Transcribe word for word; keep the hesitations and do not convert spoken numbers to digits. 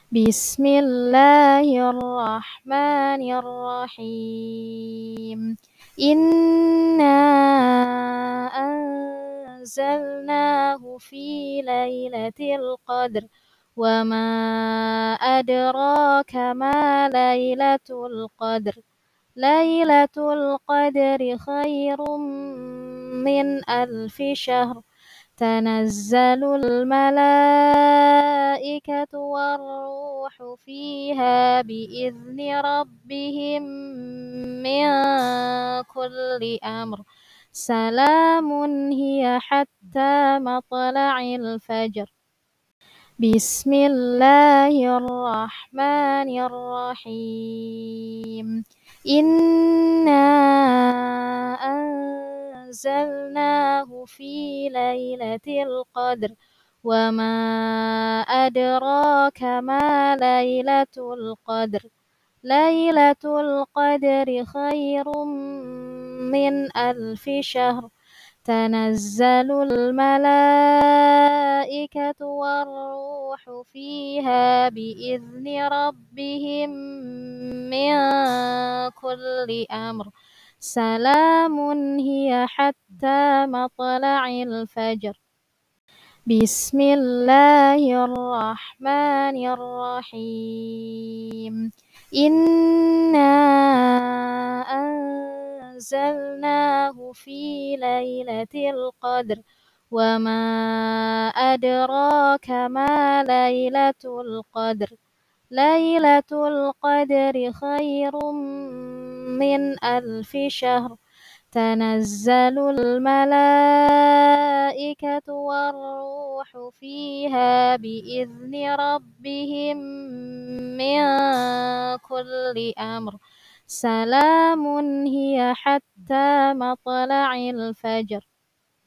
بسم الله الرحمن الرحيم إنا أنزلناه في ليلة القدر وما أدراك ما ليلة القدر ليلة القدر خير من ألف شهر تنزل الملائكة والروح فيها بإذن ربهم من كل أمر سلام هي حتى مطلع الفجر بسم الله الرحمن الرحيم إنا أنزلناه في ليلة القدر وما أدراك ما ليلة القدر ليلة القدر خير من ألف شهر تنزل الملائكة والروح فيها بإذن ربهم من كل أمر سلام هي حتى مطلع الفجر بسم الله الرحمن الرحيم إنا أنزلناه في ليلة القدر وما أدراك ما ليلة القدر ليلة القدر خير من ألف شهر تنزل الملائكة والروح فيها بإذن ربهم من كل أمر سلام هي حتى مطلع الفجر